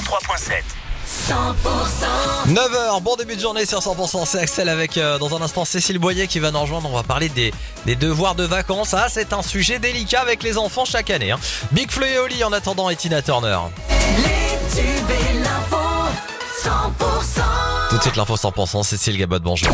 103.7. 9h, bon début de journée sur 100%, c'est Axel avec dans un instant Cécile Boyer qui va nous rejoindre. On va parler des devoirs de vacances. Ah, c'est un sujet délicat avec les enfants chaque année. Big Flo et Oli en attendant et Tina Turner. Les tubes et l'info 100%. Tout de suite l'info 100%, Cécile Gabot, bonjour.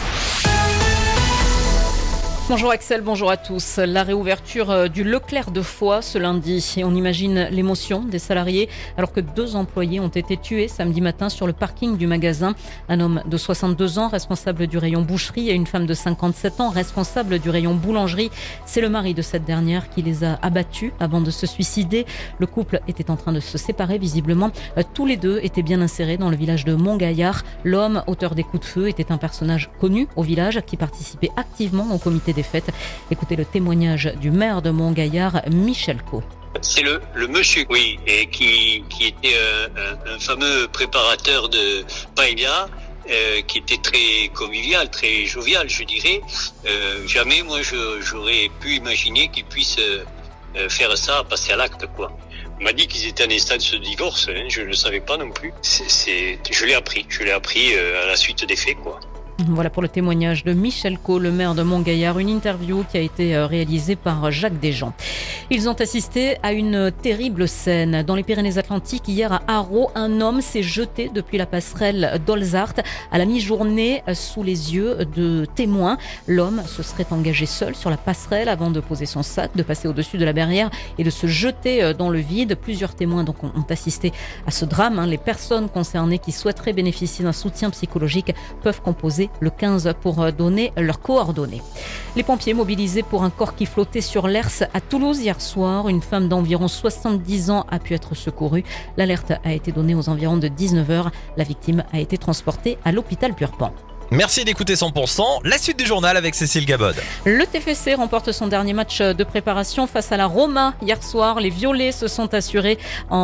Bonjour Axel, bonjour à tous. La réouverture du Leclerc de Foix ce lundi. Et on imagine l'émotion des salariés alors que 2 employés ont été tués samedi matin sur le parking du magasin. Un homme de 62 ans, responsable du rayon boucherie, et une femme de 57 ans, responsable du rayon boulangerie. C'est le mari de cette dernière qui les a abattus avant de se suicider. Le couple était en train de se séparer visiblement. Tous les deux étaient bien insérés dans le village de Montgaillard. L'homme, auteur des coups de feu, était un personnage connu au village qui participait activement au comité des fêtes. Écoutez le témoignage du maire de Montgaillard, Michel Co. C'est le monsieur, oui, et qui était un fameux préparateur de paella, qui était très convivial, très jovial, je dirais. Jamais, moi, j'aurais pu imaginer qu'il puisse faire ça, passer à l'acte, quoi. On m'a dit qu'ils étaient en état de ce divorce, je ne le savais pas non plus. Je l'ai appris à la suite des faits, quoi. Voilà pour le témoignage de Michel Co, le maire de Montgaillard. Une interview qui a été réalisée par Jacques Desjean. Ils ont assisté à une terrible scène. Dans les Pyrénées-Atlantiques, hier à Haro, un homme s'est jeté depuis la passerelle d'Olzart à la mi-journée sous les yeux de témoins. L'homme se serait engagé seul sur la passerelle avant de poser son sac, de passer au-dessus de la barrière et de se jeter dans le vide. Plusieurs témoins donc ont assisté à ce drame. Les personnes concernées qui souhaiteraient bénéficier d'un soutien psychologique peuvent composer le 15 pour donner leurs coordonnées. Les pompiers mobilisés pour un corps qui flottait sur l'Hers à Toulouse hier soir. Une femme d'environ 70 ans a pu être secourue. L'alerte a été donnée aux environs de 19h. La victime a été transportée à l'hôpital Purpan. Merci d'écouter 100%. La suite du journal avec Cécile Gabod. Le TFC remporte son dernier match de préparation face à la Roma hier soir. Les Violets se sont rassurés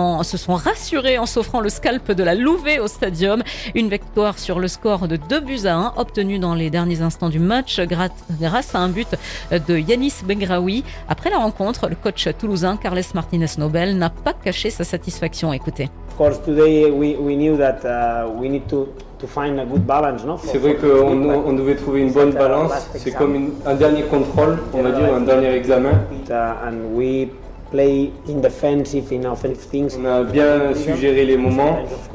en s'offrant le scalp de la Louvet au stadium. Une victoire sur le score de 2-1 obtenue dans les derniers instants du match grâce à un but de Yanis Bengraoui. Après la rencontre, le coach toulousain Carles Martinez-Nobel n'a pas caché sa satisfaction. Écoutez. Of course, today we knew that we need to find a good balance, no? C'est vrai qu'on devait trouver une bonne balance. C'est comme un dernier contrôle, on va dire, un dernier examen. And we play in defensive, in offensive things. On a bien suggéré les moments.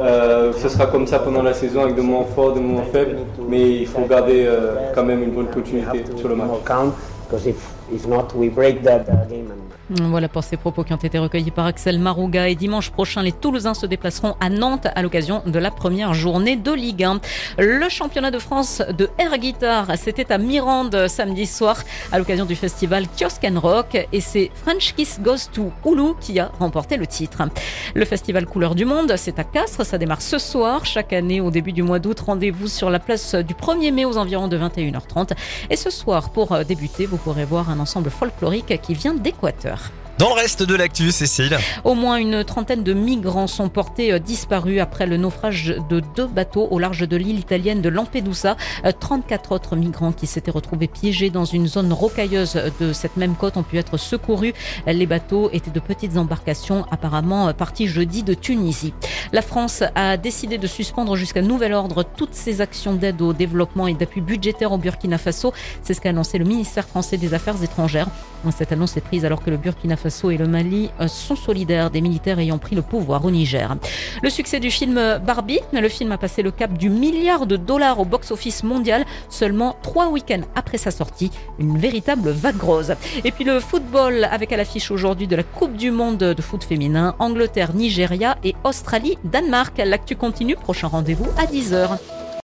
Ce sera comme ça pendant la saison avec des moments forts, des moments faibles. Mais il faut garder quand même une bonne continuité sur le match. Because if not, we break that game. Voilà pour ces propos qui ont été recueillis par Axel Marouga. Et dimanche prochain, les Toulousains se déplaceront à Nantes à l'occasion de la première journée de Ligue 1. Le championnat de France de air guitar, c'était à Mirande samedi soir à l'occasion du festival Kiosque & Rock. Et c'est French Kiss Goes to Oulu qui a remporté le titre. Le festival Couleurs du Monde, c'est à Castres. Ça démarre ce soir. Chaque année, au début du mois d'août, rendez-vous sur la place du 1er mai aux environs de 21h30. Et ce soir, pour débuter, vous pourrez voir un ensemble folklorique qui vient d'Équateur. Dans le reste de l'actu, Cécile. Au moins une trentaine de migrants sont portés disparus après le naufrage de 2 bateaux au large de l'île italienne de Lampedusa. 34 autres migrants qui s'étaient retrouvés piégés dans une zone rocailleuse de cette même côte ont pu être secourus. Les bateaux étaient de petites embarcations apparemment partis jeudi de Tunisie. La France a décidé de suspendre jusqu'à nouvel ordre toutes ses actions d'aide au développement et d'appui budgétaire au Burkina Faso. C'est ce qu'a annoncé le ministère français des Affaires étrangères. Cette annonce est prise alors que le Burkina Faso et le Mali sont solidaires des militaires ayant pris le pouvoir au Niger. Le succès du film Barbie, le film a passé le cap du $1 milliard au box-office mondial seulement 3 week-ends après sa sortie. Une véritable vague rose. Et puis le football avec à l'affiche aujourd'hui de la Coupe du Monde de foot féminin, Angleterre, Nigeria et Australie, Danemark. L'actu continue, prochain rendez-vous à 10h.